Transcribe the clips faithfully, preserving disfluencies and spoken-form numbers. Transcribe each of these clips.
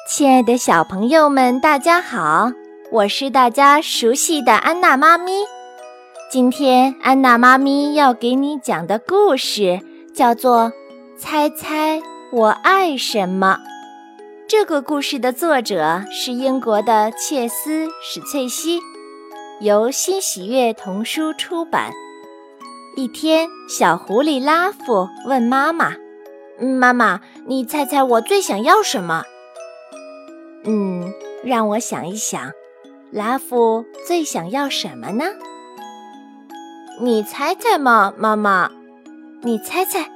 亲爱的小朋友们，大家好，我是大家熟悉的安娜妈咪。今天安娜妈咪要给你讲的故事叫做《猜猜我爱什么》。这个故事的作者是英国的切斯·史翠西，由新喜悦童书出版。一天，小狐狸拉夫问妈妈：“妈妈，你猜猜我最想要什么？”嗯，让我想一想，拉夫最想要什么呢？你猜猜嘛，妈妈，你猜猜。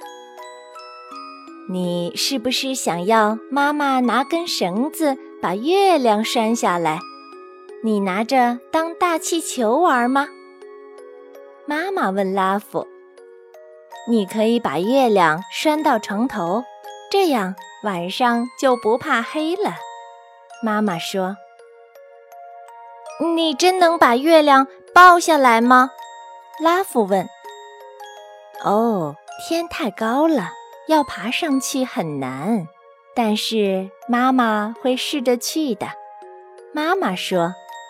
你是不是想要妈妈拿根绳子把月亮拴下来，你拿着当大气球玩吗？妈妈问拉夫。你可以把月亮拴到床头，这样晚上就不怕黑了。妈妈说。你真能把月亮抱下来吗？拉夫问。哦，天太高了，要爬上去很难，但是妈妈会试着去的。妈妈说。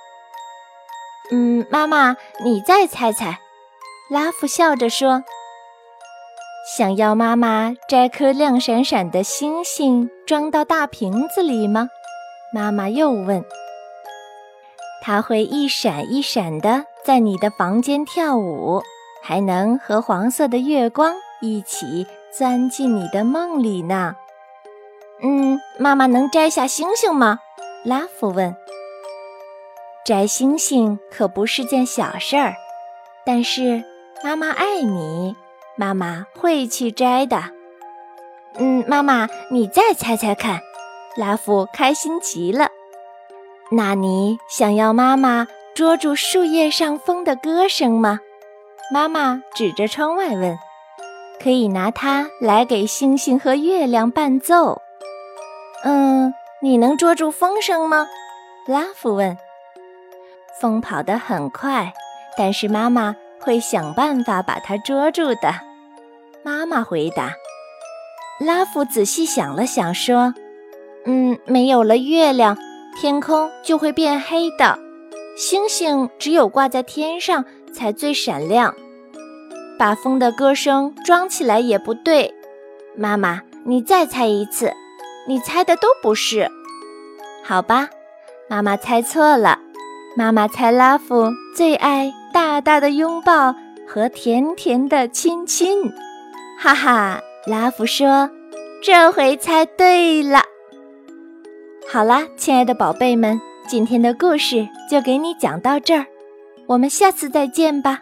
嗯，妈妈，你再猜猜。拉夫笑着说。想要妈妈摘颗亮闪闪的星星装到大瓶子里吗？妈妈又问。它会一闪一闪地在你的房间跳舞，还能和黄色的月光一起钻进你的梦里呢。嗯，妈妈能摘下星星吗？拉夫问。摘星星可不是件小事儿，但是妈妈爱你，妈妈会去摘的。嗯，妈妈，你再猜猜看。拉夫开心极了。那你想要妈妈捉住树叶上风的歌声吗？妈妈指着窗外问。可以拿它来给星星和月亮伴奏。嗯，你能捉住风声吗？拉夫问。风跑得很快，但是妈妈会想办法把它捉住的。妈妈回答。拉夫仔细想了想说，嗯，没有了月亮，天空就会变黑的，星星只有挂在天上才最闪亮。把风的歌声装起来也不对。妈妈，你再猜一次，你猜的都不是。好吧，妈妈猜错了。妈妈猜拉夫最爱大大的拥抱和甜甜的亲亲。哈哈，拉夫说，这回猜对了。好啦，亲爱的宝贝们，今天的故事就给你讲到这儿，我们下次再见吧。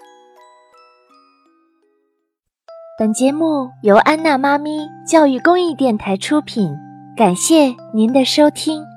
本节目由安娜妈咪教育公益电台出品，感谢您的收听。